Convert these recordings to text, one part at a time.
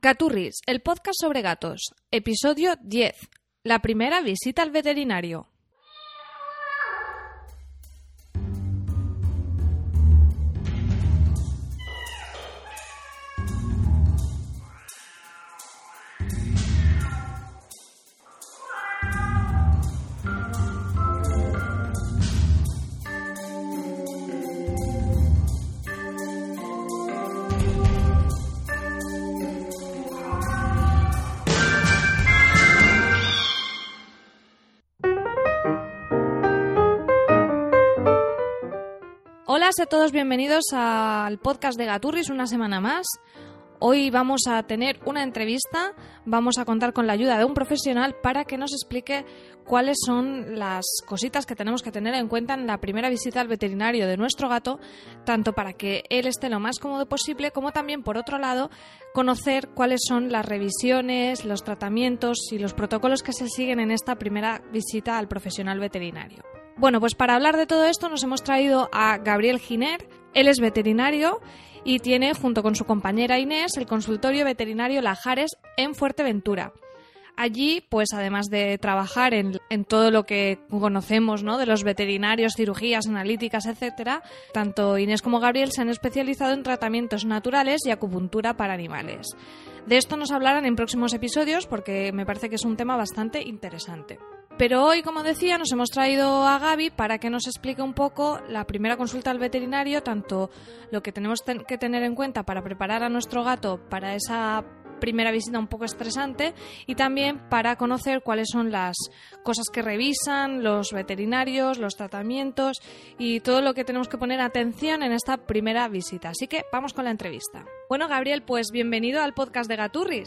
Gaturris, el podcast sobre gatos. Episodio 10. La primera visita al veterinario. Hola a todos, bienvenidos al podcast de Gaturris una semana más. Hoy vamos a tener una entrevista, vamos a contar con la ayuda de un profesional para que nos explique cuáles son las cositas que tenemos que tener en cuenta en la primera visita al veterinario de nuestro gato, tanto para que él esté lo más cómodo posible, como también, por otro lado, conocer cuáles son las revisiones, los tratamientos y los protocolos que se siguen en esta primera visita al profesional veterinario. Bueno, pues para hablar de todo esto nos hemos traído a Gabriel Giner. Él es veterinario y tiene, junto con su compañera Inés, el consultorio veterinario Lajares en Fuerteventura. Allí, pues además de trabajar en todo lo que conocemos, ¿no?, de los veterinarios, cirugías, analíticas, etcétera, tanto Inés como Gabriel se han especializado en tratamientos naturales y acupuntura para animales. De esto nos hablarán en próximos episodios porque me parece que es un tema bastante interesante. Pero hoy, como decía, nos hemos traído a Gaby para que nos explique un poco la primera consulta al veterinario, tanto lo que tenemos que tener en cuenta para preparar a nuestro gato para esa primera visita un poco estresante y también para conocer cuáles son las cosas que revisan los veterinarios, los tratamientos y todo lo que tenemos que poner atención en esta primera visita. Así que vamos con la entrevista. Bueno, Gabriel, pues bienvenido al podcast de Gaturris.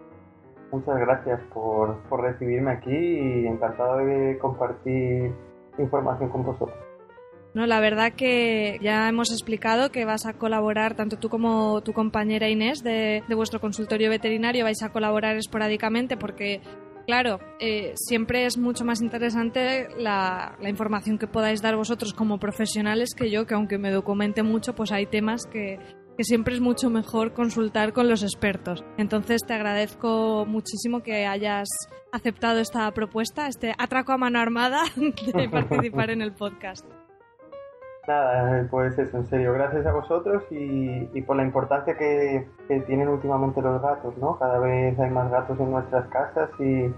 Muchas gracias por recibirme aquí y encantado de compartir información con vosotros. No, la verdad que ya hemos explicado que vas a colaborar, tanto tú como tu compañera Inés de vuestro consultorio veterinario, vais a colaborar esporádicamente porque, claro, siempre es mucho más interesante la información que podáis dar vosotros como profesionales que yo, que aunque me documente mucho, pues hay temas que siempre es mucho mejor consultar con los expertos. Entonces te agradezco muchísimo que hayas aceptado esta propuesta, este atraco a mano armada de participar en el podcast. Nada, pues eso, en serio, gracias a vosotros y por la importancia que tienen últimamente los gatos, ¿no? Cada vez hay más gatos en nuestras casas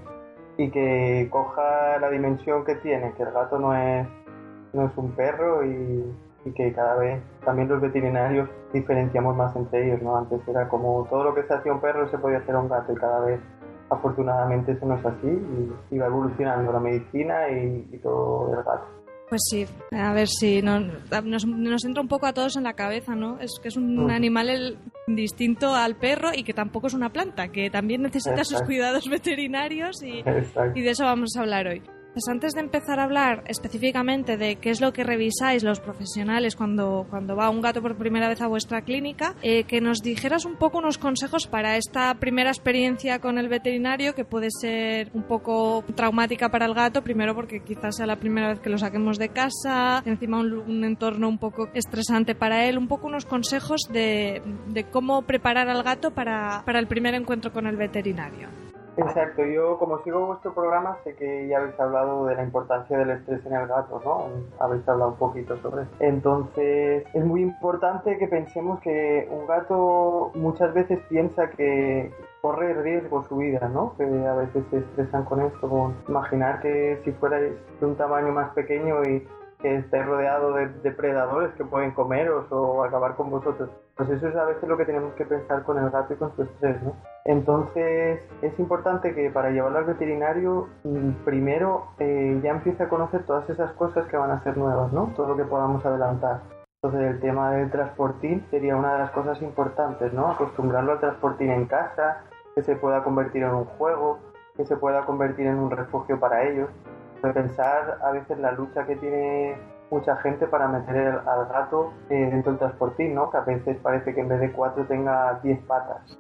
y que coja la dimensión que tiene, que el gato no es un perro y que cada vez también los veterinarios diferenciamos más entre ellos, ¿no? Antes era como todo lo que se hacía a un perro se podía hacer a un gato y cada vez afortunadamente eso no es así y va evolucionando la medicina y todo el gato. Pues sí, a ver si nos entra un poco a todos en la cabeza, ¿no? Es que es un animal distinto al perro y que tampoco es una planta, que también necesita sus cuidados veterinarios y de eso vamos a hablar hoy. Pues antes de empezar a hablar específicamente de qué es lo que revisáis los profesionales cuando va un gato por primera vez a vuestra clínica, que nos dijeras un poco unos consejos para esta primera experiencia con el veterinario, que puede ser un poco traumática para el gato, primero porque quizás sea la primera vez que lo saquemos de casa, encima un entorno un poco estresante para él, un poco unos consejos de cómo preparar al gato para el primer encuentro con el veterinario. Exacto, yo como sigo vuestro programa sé que ya habéis hablado de la importancia del estrés en el gato, ¿no? Habéis hablado un poquito sobre eso. Entonces es muy importante que pensemos que un gato muchas veces piensa que corre riesgo su vida, ¿no? Que a veces se estresan con esto, con imaginar que si fuerais de un tamaño más pequeño y que estáis rodeado de depredadores que pueden comeros o acabar con vosotros. Pues eso es a veces lo que tenemos que pensar con el gato y con su estrés, ¿no? Entonces es importante que para llevarlo al veterinario primero ya empiece a conocer todas esas cosas que van a ser nuevas, ¿no? Todo lo que podamos adelantar. Entonces el tema del transportín sería una de las cosas importantes, ¿no? Acostumbrarlo al transportín en casa, que se pueda convertir en un juego, que se pueda convertir en un refugio para ellos. Pensar a veces la lucha que tiene mucha gente para meter al gato dentro del transportín, ¿no? Que a veces parece que en vez de 4 tenga 10 patas.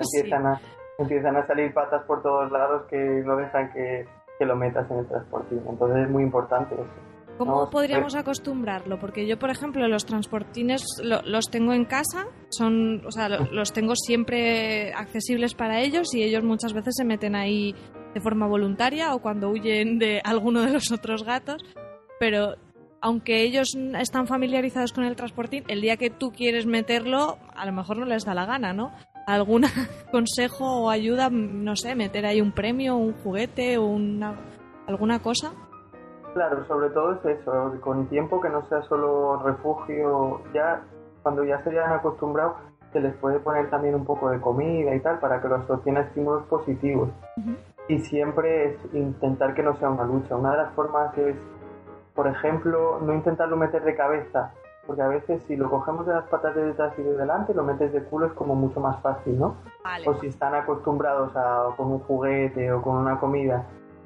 Empiezan a salir patas por todos lados que no dejan que lo metas en el transportín. Entonces es muy importante eso. ¿Cómo podríamos acostumbrarlo? Porque yo, por ejemplo, los transportines los tengo en casa, los tengo siempre accesibles para ellos y ellos muchas veces se meten ahí de forma voluntaria o cuando huyen de alguno de los otros gatos, pero aunque ellos están familiarizados con el transportín, el día que tú quieres meterlo, a lo mejor no les da la gana, ¿no? ¿Algún consejo o ayuda, no sé, meter ahí un premio, un juguete o alguna cosa? Claro, sobre todo es eso, con tiempo que no sea solo refugio, ya cuando ya se hayan acostumbrado se les puede poner también un poco de comida y tal para que los asocien a estímulos positivos. Uh-huh. Y siempre es intentar que no sea una lucha. Una de las formas es, por ejemplo, no intentarlo meter de cabeza, porque a veces si lo cogemos de las patas de detrás y de delante, lo metes de culo es como mucho más fácil, ¿no? Vale. O si están acostumbrados a con un juguete o con una comida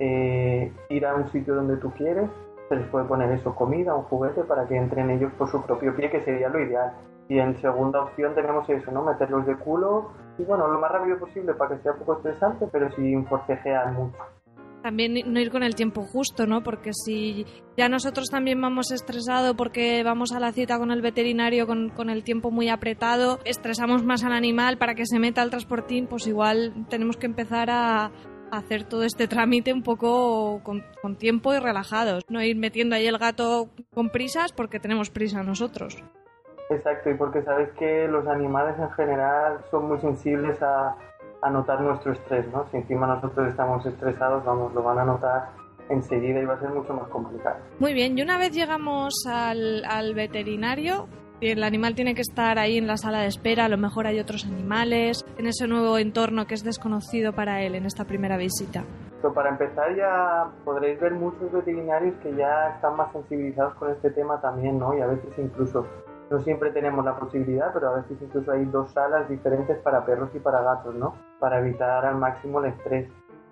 ir a un sitio donde tú quieres, se les puede poner eso, comida, un juguete, para que entren ellos por su propio pie, que sería lo ideal. Y en segunda opción tenemos eso, ¿no? Meterlos de culo y bueno, lo más rápido posible para que sea poco estresante, pero sin forcejear mucho. También no ir con el tiempo justo, ¿no? Porque si ya nosotros también vamos estresados porque vamos a la cita con el veterinario con el tiempo muy apretado, estresamos más al animal para que se meta al transportín, pues igual tenemos que empezar a hacer todo este trámite un poco con tiempo y relajados, no ir metiendo ahí el gato con prisas porque tenemos prisa nosotros. Exacto, y porque sabes que los animales en general son muy sensibles a notar nuestro estrés, ¿no? Si encima nosotros estamos estresados, vamos, lo van a notar enseguida y va a ser mucho más complicado. Muy bien, y una vez llegamos al veterinario, el animal tiene que estar ahí en la sala de espera, a lo mejor hay otros animales, en ese nuevo entorno que es desconocido para él en esta primera visita. Para empezar ya podréis ver muchos veterinarios que ya están más sensibilizados con este tema también, ¿no? Y a veces incluso, no siempre tenemos la posibilidad, pero a veces incluso hay 2 salas diferentes para perros y para gatos, ¿no? Para evitar al máximo el estrés.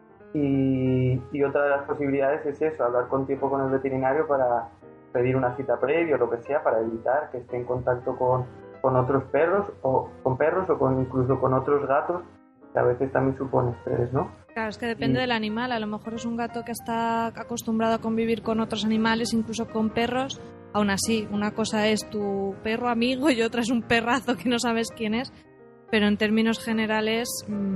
Y otra de las posibilidades es eso, hablar con tiempo con el veterinario para pedir una cita previa o lo que sea, para evitar que esté en contacto con otros perros o incluso con otros gatos, que a veces también supone estrés, ¿no? Claro, es que depende del animal. A lo mejor es un gato que está acostumbrado a convivir con otros animales, incluso con perros. Aún así, una cosa es tu perro amigo y otra es un perrazo que no sabes quién es. Pero en términos generales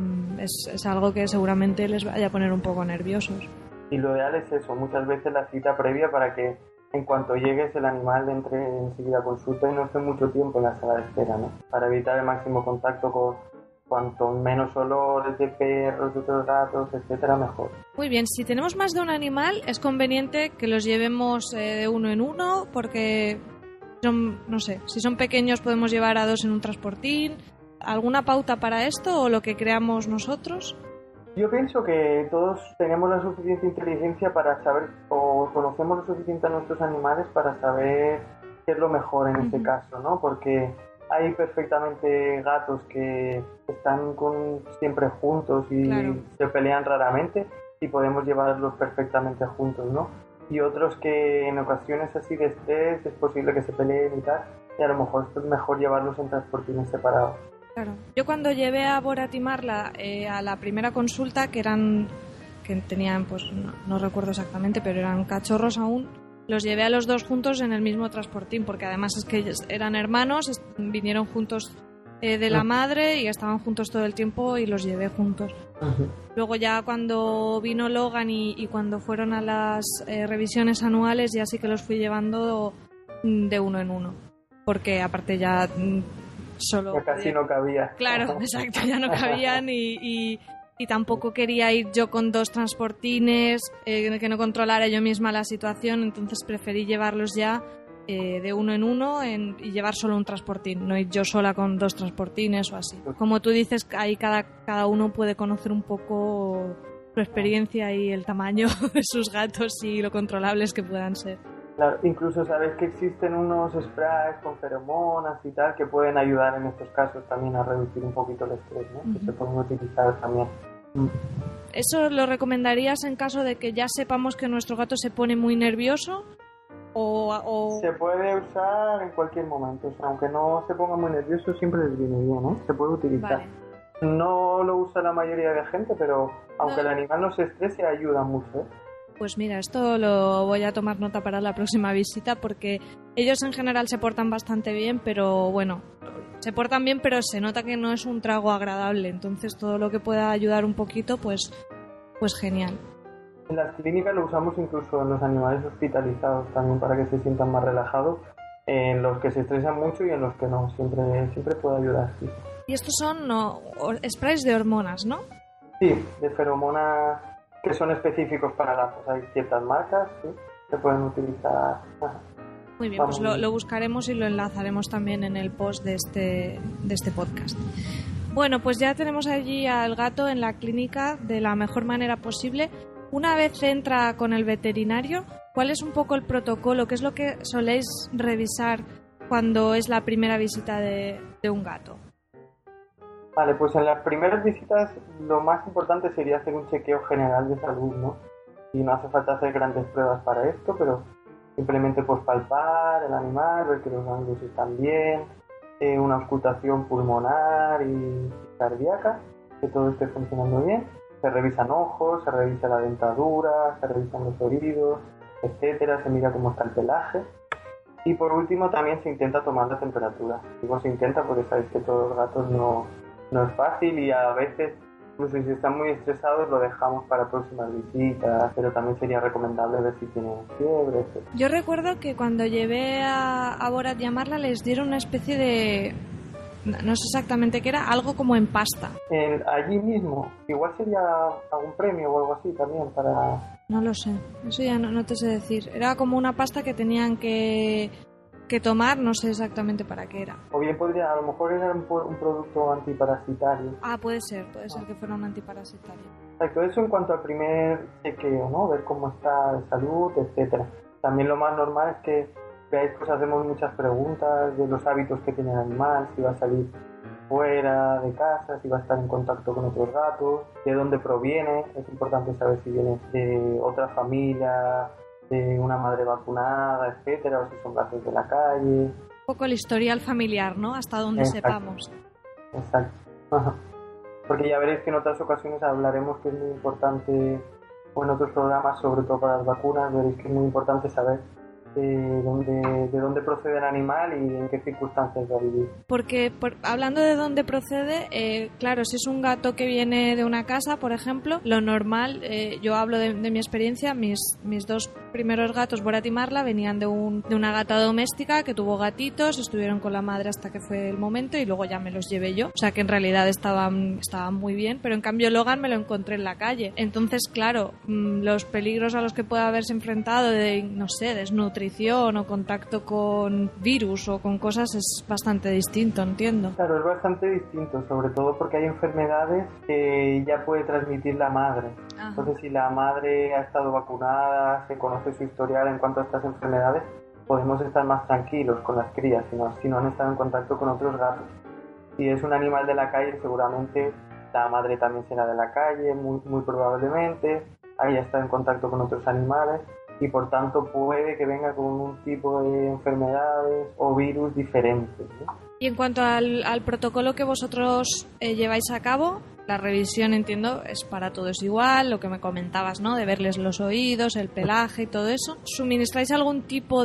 es algo que seguramente les vaya a poner un poco nerviosos. Y lo ideal es eso, muchas veces la cita previa para que en cuanto llegues el animal entre enseguida a consulta y no esté mucho tiempo en la sala de espera, ¿no? Para evitar el máximo contacto con cuanto menos olores de perros, de otros gatos, etcétera, mejor. Muy bien, si tenemos más de un animal es conveniente que los llevemos de uno en uno porque no sé, si son pequeños podemos llevar a 2 en un transportín. ¿Alguna pauta para esto o lo que creamos nosotros? Yo pienso que todos tenemos la suficiente inteligencia para saber o conocemos lo suficiente a nuestros animales para saber qué es lo mejor en este caso, ¿no? Porque hay perfectamente gatos que están siempre juntos y claro, se pelean raramente y podemos llevarlos perfectamente juntos, ¿no? Y otros que en ocasiones así de estrés es posible que se peleen y tal, y a lo mejor es mejor llevarlos en transportines separados. Claro. Yo cuando llevé a Bora Timarla a la primera consulta, que tenían, pues no recuerdo exactamente, pero eran cachorros aún, los llevé a los 2 juntos en el mismo transportín, porque además es que ellos eran hermanos, vinieron juntos de la madre y estaban juntos todo el tiempo y los llevé juntos. Uh-huh. Luego ya cuando vino Logan y cuando fueron a las revisiones anuales, ya sí que los fui llevando de uno en uno, porque aparte ya... solo ya casi no cabía. Claro, exacto, ya no cabían y tampoco quería ir yo con 2 transportines, que no controlara yo misma la situación, entonces preferí llevarlos ya de uno en uno y llevar solo un transportín, no ir yo sola con 2 transportines o así. Como tú dices, ahí cada uno puede conocer un poco su experiencia y el tamaño de sus gatos y lo controlables que puedan ser. Claro, incluso sabes que existen unos sprays con feromonas y tal que pueden ayudar en estos casos también a reducir un poquito el estrés, ¿no? Uh-huh. Que se pueden utilizar también. ¿Eso lo recomendarías en caso de que ya sepamos que nuestro gato se pone muy nervioso? O... Se puede usar en cualquier momento, o sea, aunque no se ponga muy nervioso siempre les viene bien, ¿eh? Se puede utilizar. Vale. No lo usa la mayoría de gente, pero aunque el animal no se estrese ayuda mucho, ¿eh? Pues mira, esto lo voy a tomar nota para la próxima visita porque ellos en general se portan bastante bien, pero bueno, se portan bien pero se nota que no es un trago agradable, entonces todo lo que pueda ayudar un poquito, pues genial. En las clínicas lo usamos incluso en los animales hospitalizados también para que se sientan más relajados, en los que se estresan mucho y en los que no, siempre puede ayudar, sí. Y estos son sprays de hormonas, ¿no? Sí, de feromonas que son específicos para gatos. Hay ciertas marcas, sí, que pueden utilizar. Muy bien, pues lo buscaremos y lo enlazaremos también en el post de este podcast. Bueno, pues ya tenemos allí al gato en la clínica de la mejor manera posible. Una vez entra con el veterinario, ¿cuál es un poco el protocolo? ¿Qué es lo que soléis revisar cuando es la primera visita de un gato? Vale, pues en las primeras visitas lo más importante sería hacer un chequeo general de salud, ¿no? Y no hace falta hacer grandes pruebas para esto, pero simplemente pues palpar el animal, ver que los ganglios están bien, una auscultación pulmonar y cardíaca, que todo esté funcionando bien. Se revisan ojos, se revisa la dentadura, se revisan los oídos, etcétera, se mira cómo está el pelaje. Y por último también se intenta tomar la temperatura. Digo se intenta porque sabéis que todos los gatos no es fácil y a veces, incluso si están muy estresados, lo dejamos para próximas visitas, pero también sería recomendable ver si tienen fiebre, etc. Yo recuerdo que cuando llevé a Borat y a Marla les dieron una especie de... no sé exactamente qué era, algo como en pasta. Allí mismo, igual sería algún premio o algo así también para... No lo sé, eso ya no te sé decir. Era como una pasta que tenían que tomar, no sé exactamente para qué era. O bien podría, a lo mejor era un producto antiparasitario. Ah, puede ser que fuera un antiparasitario. Exacto, eso en cuanto al primer chequeo, ¿no? Ver cómo está de salud, etcétera. También lo más normal es que veáis, pues hacemos muchas preguntas de los hábitos que tiene el animal, si va a salir fuera de casa, si va a estar en contacto con otros gatos, de dónde proviene. Es importante saber si viene de otra familia, de una madre vacunada, etcétera, o si son gatos de la calle. Un poco el historial familiar, ¿no? Hasta donde sepamos. Exacto. Ajá. Porque ya veréis que en otras ocasiones hablaremos que es muy importante, o en otros programas, sobre todo para las vacunas, veréis que es muy importante saber de dónde procede el animal y en qué circunstancias va a vivir. Porque hablando de dónde procede, claro, si es un gato que viene de una casa, por ejemplo, lo normal, yo hablo de mi experiencia, mis dos primeros gatos, Borat y Marla, venían de una gata doméstica que tuvo gatitos, estuvieron con la madre hasta que fue el momento y luego ya me los llevé yo. O sea que en realidad estaban muy bien, pero en cambio Logan me lo encontré en la calle. Entonces, claro, los peligros a los que puede haberse enfrentado de, no sé, desnutrición o contacto con virus o con cosas es bastante distinto, entiendo. Claro, es bastante distinto, sobre todo porque hay enfermedades que ya puede transmitir la madre. Ajá. Entonces, si la madre ha estado vacunada, se conoce su historial en cuanto a estas enfermedades, podemos estar más tranquilos con las crías, si no han estado en contacto con otros gatos. Si es un animal de la calle, seguramente la madre también será de la calle, muy probablemente, haya estado en contacto con otros animales, y por tanto puede que venga con un tipo de enfermedades o virus diferentes, ¿no? Y en cuanto al protocolo que vosotros lleváis a cabo, la revisión, entiendo, es para todos igual, lo que me comentabas, ¿no? De verles los oídos, el pelaje y todo eso. ¿Suministráis algún tipo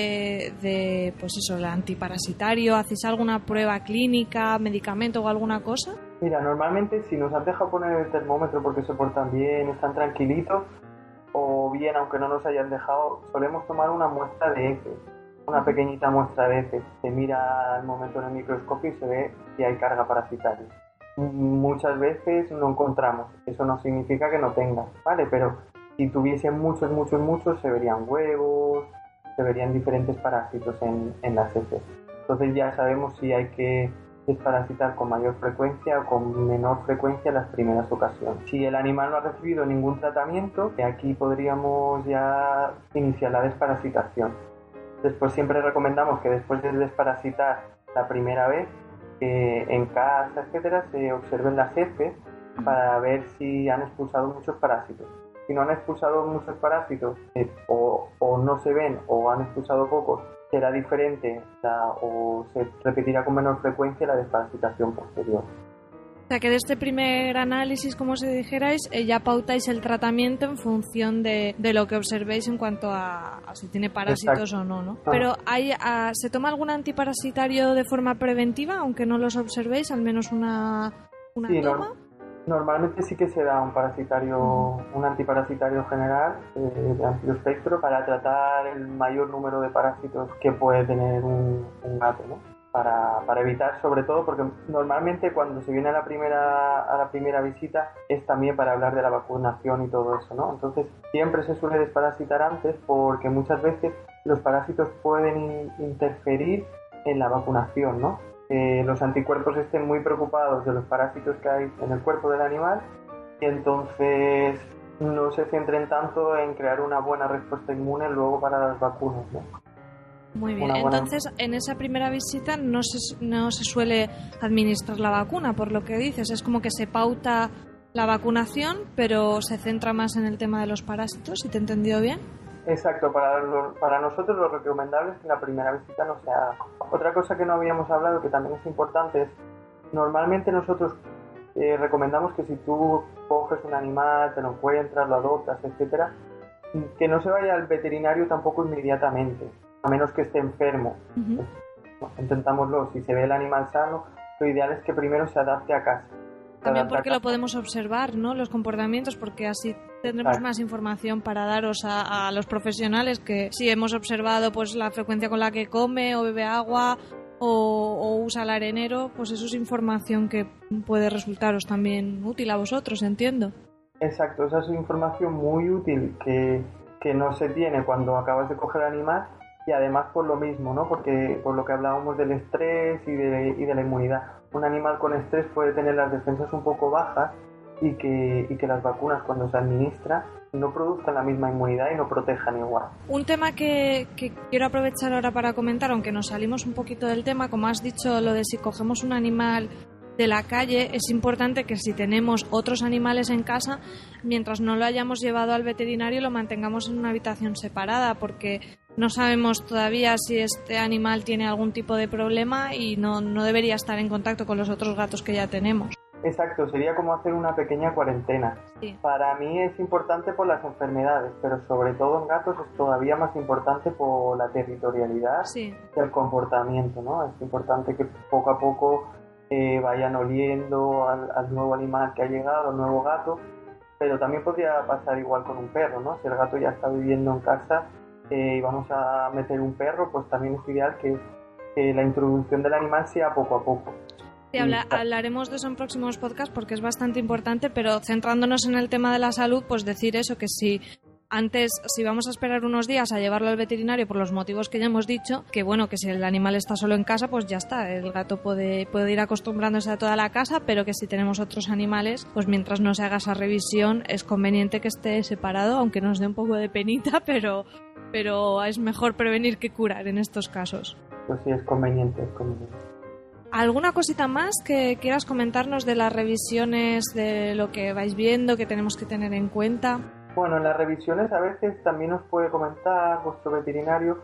de pues eso, el antiparasitario? ¿Hacéis alguna prueba clínica, medicamento o alguna cosa? Mira, normalmente si nos han dejado poner el termómetro porque se portan bien, están tranquilitos, o bien, aunque no nos hayan dejado, solemos tomar una muestra de heces, una pequeñita muestra de heces. Se mira al momento en el microscopio y se ve si hay carga parasitaria. Muchas veces no encontramos, eso no significa que no tenga, ¿vale? Pero si tuviesen muchos, se verían huevos, se verían diferentes parásitos en las heces. Entonces ya sabemos si hay que desparasitar con mayor frecuencia o con menor frecuencia en las primeras ocasiones. Si el animal no ha recibido ningún tratamiento, aquí podríamos ya iniciar la desparasitación. Después siempre recomendamos que después de desparasitar la primera vez, en casa, etcétera, se observen las heces para ver si han expulsado muchos parásitos. Si no han expulsado muchos parásitos o no se ven o han expulsado pocos, será diferente o se repetirá con menor frecuencia la desparasitación posterior. O sea, que de este primer análisis, como si dijerais, ya pautáis el tratamiento en función de lo que observéis en cuanto a si tiene parásitos o no, ¿no? Pero ¿se toma algún antiparasitario de forma preventiva, aunque no los observéis, al menos una sí, toma? Normalmente sí que se da un antiparasitario general de amplio espectro para tratar el mayor número de parásitos que puede tener un gato, ¿no? Para evitar, sobre todo, porque normalmente cuando se viene a la primera visita es también para hablar de la vacunación y todo eso, ¿no? Entonces siempre se suele desparasitar antes porque muchas veces los parásitos pueden interferir en la vacunación, ¿no? Los anticuerpos estén muy preocupados de los parásitos que hay en el cuerpo del animal y entonces no se centren tanto en crear una buena respuesta inmune luego para las vacunas, ¿no? Muy bien, entonces en esa primera visita no se suele administrar la vacuna, por lo que dices, es como que se pauta la vacunación, pero se centra más en el tema de los parásitos, si te he entendido bien. Exacto, para nosotros lo recomendable es que en la primera visita no se haga. Otra cosa que no habíamos hablado, que también es importante, es normalmente nosotros recomendamos que si tú coges un animal, te lo encuentras, lo adoptas, etcétera, que no se vaya al veterinario tampoco inmediatamente, a menos que esté enfermo. Uh-huh. Intentámoslo, si se ve el animal sano, lo ideal es que primero se adapte a casa. También porque lo podemos observar, ¿no? Los comportamientos, porque así tendremos más información para daros a los profesionales, que si hemos observado pues la frecuencia con la que come o bebe agua o usa el arenero, pues eso es información que puede resultaros también útil a vosotros, entiendo. Exacto, esa es información muy útil que no se tiene cuando acabas de coger el animal. Y además por lo mismo, ¿no? Porque por lo que hablábamos del estrés y de la inmunidad. Un animal con estrés puede tener las defensas un poco bajas y que las vacunas cuando se administran no produzcan la misma inmunidad y no protejan igual. Un tema que quiero aprovechar ahora para comentar, aunque nos salimos un poquito del tema, como has dicho, lo de si cogemos un animal de la calle, es importante que si tenemos otros animales en casa, mientras no lo hayamos llevado al veterinario, lo mantengamos en una habitación separada, porque no sabemos todavía si este animal tiene algún tipo de problema y no debería estar en contacto con los otros gatos que ya tenemos. Exacto, sería como hacer una pequeña cuarentena. Sí. Para mí es importante por las enfermedades, pero sobre todo en gatos es todavía más importante por la territorialidad y el comportamiento, ¿no? Es importante que poco a poco vayan oliendo al nuevo animal que ha llegado, al nuevo gato, pero también podría pasar igual con un perro, ¿no? Si el gato ya está viviendo en casa y vamos a meter un perro, pues también es ideal que la introducción del animal sea poco a poco. Sí, hablaremos de eso en próximos podcasts porque es bastante importante, pero centrándonos en el tema de la salud, pues decir eso, que si vamos a esperar unos días a llevarlo al veterinario por los motivos que ya hemos dicho, que bueno, que si el animal está solo en casa, pues ya está, el gato puede ir acostumbrándose a toda la casa, pero que si tenemos otros animales, pues mientras no se haga esa revisión es conveniente que esté separado, aunque nos dé un poco de penita, pero es mejor prevenir que curar en estos casos. Pues sí, es conveniente. ¿Alguna cosita más que quieras comentarnos de las revisiones, de lo que vais viendo, que tenemos que tener en cuenta? Bueno, en las revisiones a veces también os puede comentar vuestro veterinario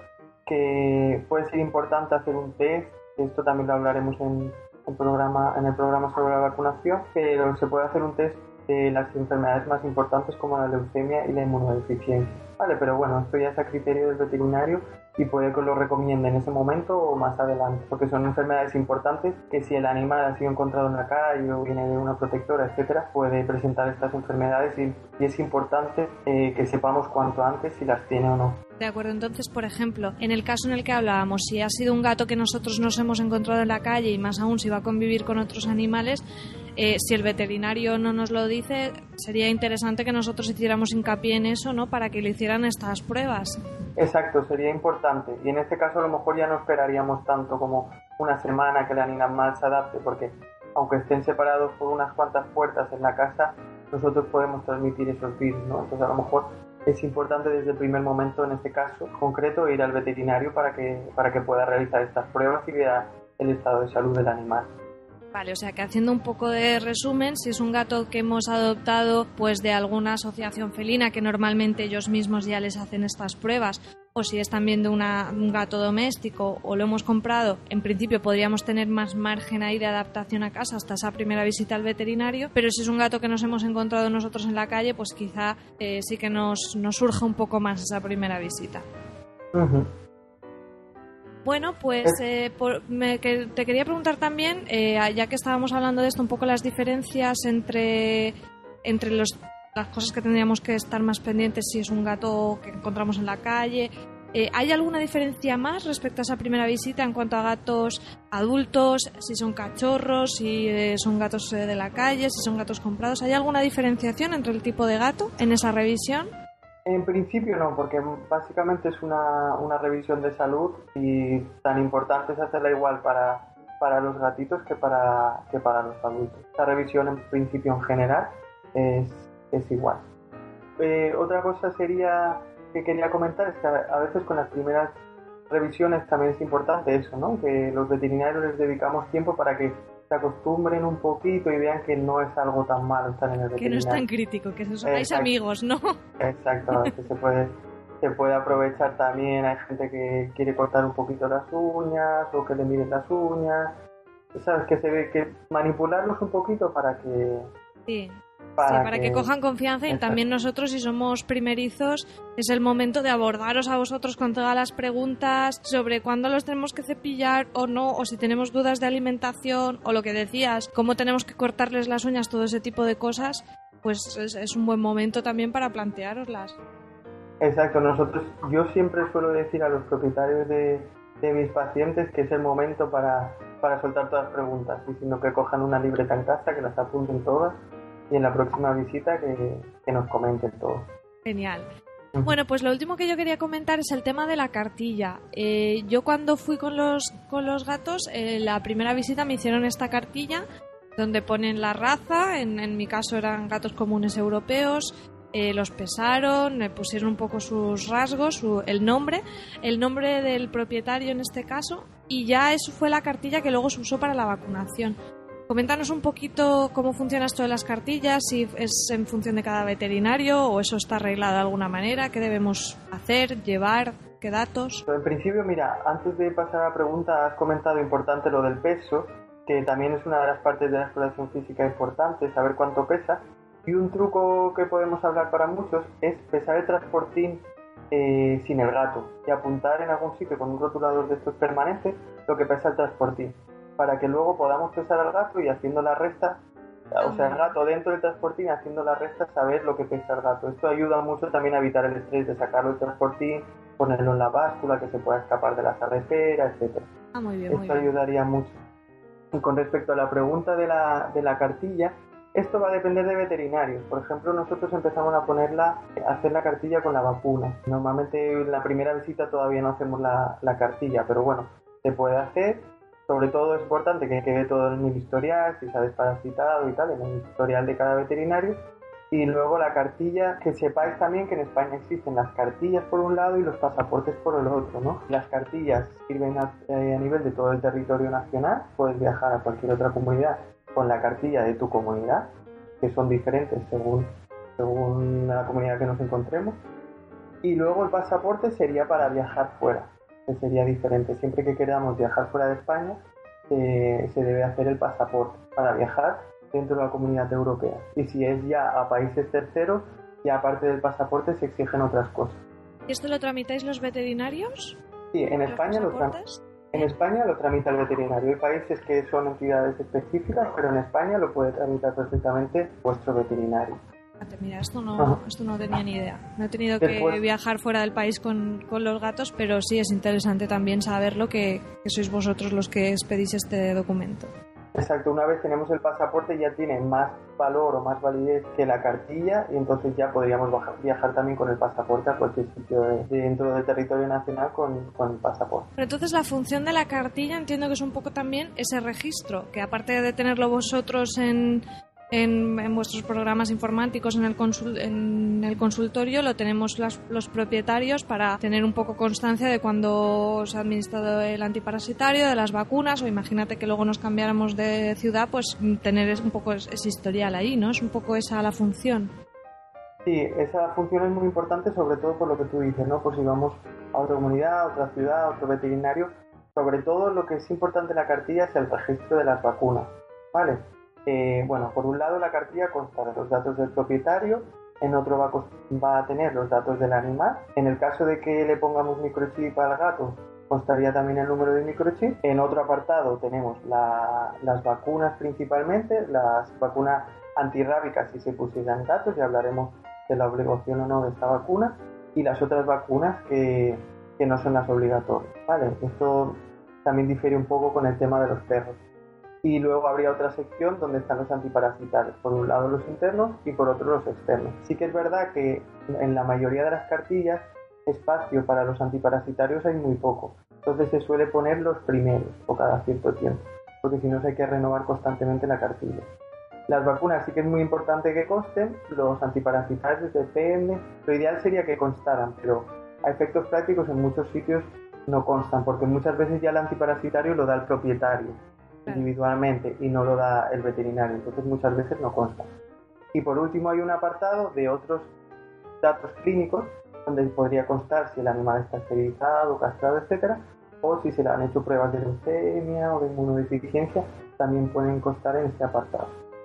que puede ser importante hacer un test, esto también lo hablaremos en el programa sobre la vacunación, pero se puede hacer un test de las enfermedades más importantes como la leucemia y la inmunodeficiencia. Vale, pero bueno, esto ya es a criterio del veterinario y puede que lo recomiende en ese momento o más adelante, porque son enfermedades importantes que si el animal ha sido encontrado en la calle o viene de una protectora, etcétera, puede presentar estas enfermedades y es importante que sepamos cuanto antes si las tiene o no. De acuerdo, entonces, por ejemplo, en el caso en el que hablábamos, si ha sido un gato que nosotros nos hemos encontrado en la calle y más aún si va a convivir con otros animales, si el veterinario no nos lo dice, sería interesante que nosotros hiciéramos hincapié en eso, ¿no? Para que le hicieran estas pruebas. Exacto, sería importante. Y en este caso a lo mejor ya no esperaríamos tanto como una semana que el animal se adapte, porque aunque estén separados por unas cuantas puertas en la casa, nosotros podemos transmitir esos virus, ¿no? Entonces a lo mejor es importante desde el primer momento, en este caso concreto, ir al veterinario para que pueda realizar estas pruebas y vea el estado de salud del animal. Vale, o sea que haciendo un poco de resumen, si es un gato que hemos adoptado pues de alguna asociación felina, que normalmente ellos mismos ya les hacen estas pruebas, o si es también de un gato doméstico o lo hemos comprado, en principio podríamos tener más margen ahí de adaptación a casa hasta esa primera visita al veterinario, pero si es un gato que nos hemos encontrado nosotros en la calle, pues quizá sí que nos surja un poco más esa primera visita. Uh-huh. Bueno, pues te quería preguntar también, ya que estábamos hablando de esto, un poco las diferencias entre las cosas que tendríamos que estar más pendientes si es un gato que encontramos en la calle. ¿Hay alguna diferencia más respecto a esa primera visita en cuanto a gatos adultos, si son cachorros, si son gatos de la calle, si son gatos comprados? ¿Hay alguna diferenciación entre el tipo de gato en esa revisión? En principio no, porque básicamente es una revisión de salud y tan importante es hacerla igual para los gatitos que para los adultos. Esta revisión en principio en general es igual. Otra cosa que quería comentar es que a veces con las primeras revisiones también es importante eso, ¿no? Que los veterinarios les dedicamos tiempo para que se acostumbren un poquito y vean que no es algo tan malo estar en el veterinario. Que no es tan crítico, que os hagáis amigos, ¿no? Exacto, que se puede aprovechar también. Hay gente que quiere cortar un poquito las uñas o que le miren las uñas. ¿Sabes? Que se ve que manipularlos un poquito para que... Sí. Para que cojan confianza. Y también nosotros, si somos primerizos, es el momento de abordaros a vosotros con todas las preguntas sobre cuándo los tenemos que cepillar o no, o si tenemos dudas de alimentación, o lo que decías, cómo tenemos que cortarles las uñas, todo ese tipo de cosas, pues es un buen momento también para planteároslas. Exacto, yo siempre suelo decir a los propietarios de mis pacientes que es el momento para soltar todas las preguntas, y sino que cojan una libreta en casa, que las apunten todas, y en la próxima visita que nos comenten todo. Genial. Bueno, pues lo último que yo quería comentar es el tema de la cartilla. Yo cuando fui con los gatos, la primera visita me hicieron esta cartilla donde ponen la raza, en mi caso eran gatos comunes europeos, los pesaron, me pusieron un poco sus rasgos, el nombre del propietario en este caso, y ya eso fue la cartilla que luego se usó para la vacunación. Coméntanos un poquito cómo funciona esto de las cartillas, si es en función de cada veterinario o eso está arreglado de alguna manera, qué debemos hacer, llevar, qué datos. En principio, mira, antes de pasar a la pregunta, has comentado importante lo del peso, que también es una de las partes de la exploración física importante, saber cuánto pesa. Y un truco que podemos hablar para muchos es pesar el transportín sin el gato y apuntar en algún sitio con un rotulador de estos permanentes lo que pesa el transportín, para que luego podamos pesar al gato y haciendo la resta, o sea, el gato dentro del transportín haciendo la resta, saber lo que pesa el gato. Esto ayuda mucho también a evitar el estrés de sacarlo del transportín, ponerlo en la báscula, que se pueda escapar de la carretera, etc. Muy bien, esto ayudaría mucho. Y con respecto a la pregunta de la cartilla, esto va a depender de veterinarios. Por ejemplo, nosotros empezamos a hacer la cartilla con la vacuna. Normalmente en la primera visita todavía no hacemos la cartilla, pero bueno, se puede hacer. Sobre todo es importante que quede todo en el historial, si se ha desparasitado y tal, en el historial de cada veterinario. Y luego la cartilla, que sepáis también que en España existen las cartillas por un lado y los pasaportes por el otro, ¿no? Las cartillas sirven a nivel de todo el territorio nacional, puedes viajar a cualquier otra comunidad con la cartilla de tu comunidad, que son diferentes según la comunidad que nos encontremos. Y luego el pasaporte sería para viajar fuera, que sería diferente. Siempre que queramos viajar fuera de España, se debe hacer el pasaporte para viajar dentro de la comunidad europea. Y si es ya a países terceros, ya aparte del pasaporte se exigen otras cosas. ¿Y esto lo tramitáis los veterinarios? Sí, en España lo tramita el veterinario. Hay países que son entidades específicas, pero en España lo puede tramitar perfectamente vuestro veterinario. Mira, esto no tenía ni idea. No he tenido que viajar fuera del país con los gatos, pero sí es interesante también saberlo, que sois vosotros los que expedís este documento. Exacto, una vez tenemos el pasaporte ya tiene más valor o más validez que la cartilla, y entonces ya podríamos viajar también con el pasaporte a cualquier sitio dentro del territorio nacional con el pasaporte. Pero entonces la función de la cartilla entiendo que es un poco también ese registro, que aparte de tenerlo vosotros en vuestros programas informáticos en el consultorio, lo tenemos los propietarios para tener un poco constancia de cuando os ha administrado el antiparasitario, de las vacunas, o imagínate que luego nos cambiáramos de ciudad, pues tener un poco ese historial ahí, ¿no? Es un poco esa la función. Sí, Sí, esa función es muy importante, sobre todo por lo que tú dices, ¿no? Pues si vamos a otra comunidad, a otra ciudad, a otro veterinario, sobre todo lo que es importante en la cartilla es el registro de las vacunas, ¿vale? Bueno, por un lado la cartilla consta de los datos del propietario, en otro va a tener los datos del animal. En el caso de que le pongamos microchip al gato, constaría también el número de microchip. En otro apartado tenemos las vacunas principalmente, las vacunas antirrábicas si se pusieran gatos, ya hablaremos de la obligación o no de esta vacuna, y las otras vacunas que no son las obligatorias, ¿vale? Esto también difiere un poco con el tema de los perros. Y luego habría otra sección donde están los antiparasitarios, por un lado los internos y por otro los externos. Sí que es verdad que en la mayoría de las cartillas espacio para los antiparasitarios hay muy poco, entonces se suele poner los primeros o cada cierto tiempo, porque si no hay que renovar constantemente la cartilla. Las vacunas sí que es muy importante que consten, los antiparasitarios depende, lo ideal sería que constaran, pero a efectos prácticos en muchos sitios no constan, porque muchas veces ya el antiparasitario lo da el propietario individualmente y no lo da el veterinario, entonces muchas veces no consta. Y por último hay un apartado de otros datos clínicos donde podría constar si el animal está esterilizado, castrado, etcétera, o si se le han hecho pruebas de leucemia o de inmunodeficiencia, también pueden constar en este apartado.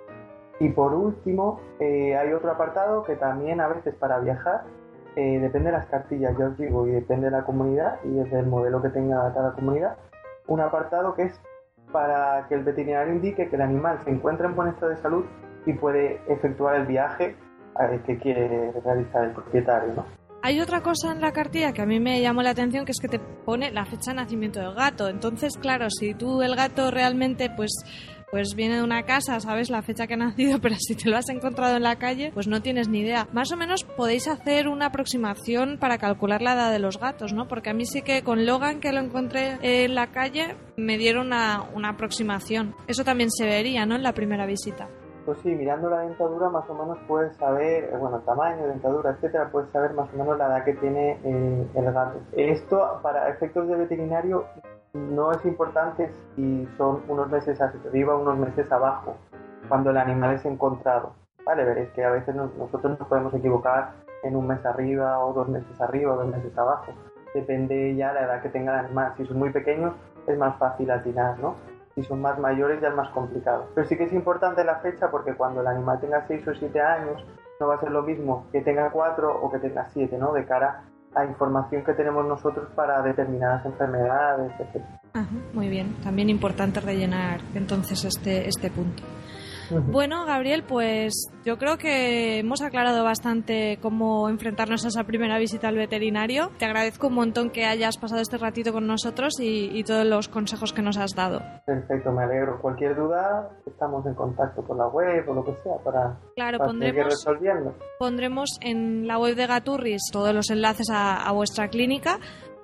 Y por último hay otro apartado que también a veces para viajar depende de las cartillas, ya os digo, y depende de la comunidad y es del modelo que tenga cada comunidad, un apartado que es para que el veterinario indique que el animal se encuentra en buen estado de salud y puede efectuar el viaje que quiere realizar el propietario, ¿no? Hay otra cosa en la cartilla que a mí me llamó la atención, que es que te pone la fecha de nacimiento del gato. Entonces, claro, si tú el gato realmente pues viene de una casa, sabes la fecha que ha nacido, pero si te lo has encontrado en la calle, pues no tienes ni idea. Más o menos podéis hacer una aproximación para calcular la edad de los gatos, ¿no? Porque a mí sí que con Logan, que lo encontré en la calle, me dieron una aproximación. Eso también se vería, ¿no?, en la primera visita. Pues sí, mirando la dentadura más o menos puedes saber, bueno, tamaño, dentadura, etcétera, puedes saber más o menos la edad que tiene el gato. Esto, para efectos de veterinario, no es importante si son unos meses arriba o unos meses abajo, cuando el animal es encontrado. Vale, veréis que a veces nosotros nos podemos equivocar en un mes arriba o 2 meses arriba o 2 meses abajo. Depende ya de la edad que tenga el animal. Si son muy pequeños es más fácil atinar, ¿no? Si son más mayores ya es más complicado. Pero sí que es importante la fecha porque cuando el animal tenga 6 o 7 años no va a ser lo mismo que tenga 4 o que tenga 7, ¿no? De cara a información que tenemos nosotros para determinadas enfermedades, etc. Ajá, muy bien. También importante rellenar entonces este punto. Bueno, Gabriel, pues yo creo que hemos aclarado bastante cómo enfrentarnos a esa primera visita al veterinario. Te agradezco un montón que hayas pasado este ratito con nosotros y todos los consejos que nos has dado. Perfecto, me alegro. Cualquier duda, estamos en contacto por la web o lo que sea para seguir resolviendo. Pondremos en la web de Gaturris todos los enlaces a vuestra clínica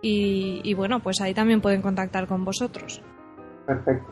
y bueno, pues ahí también pueden contactar con vosotros. Perfecto.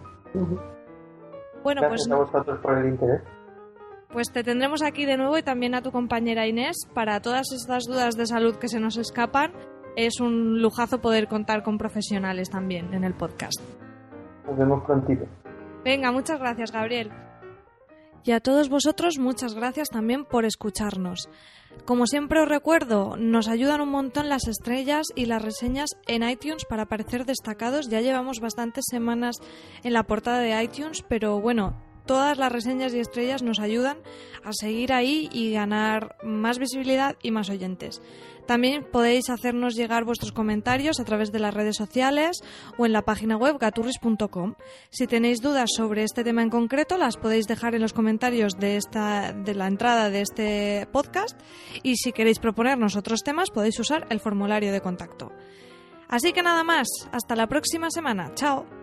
Bueno, gracias a vosotros por el interés. Pues te tendremos aquí de nuevo y también a tu compañera Inés para todas estas dudas de salud que se nos escapan. Es un lujazo poder contar con profesionales también en el podcast. Nos vemos prontito. Venga, muchas gracias, Gabriel. Y a todos vosotros, muchas gracias también por escucharnos. Como siempre os recuerdo, nos ayudan un montón las estrellas y las reseñas en iTunes para aparecer destacados. Ya llevamos bastantes semanas en la portada de iTunes, pero bueno, todas las reseñas y estrellas nos ayudan a seguir ahí y ganar más visibilidad y más oyentes. También podéis hacernos llegar vuestros comentarios a través de las redes sociales o en la página web gaturris.com. Si tenéis dudas sobre este tema en concreto, las podéis dejar en los comentarios de la entrada de este podcast, y si queréis proponernos otros temas podéis usar el formulario de contacto. Así que nada más, hasta la próxima semana. ¡Chao!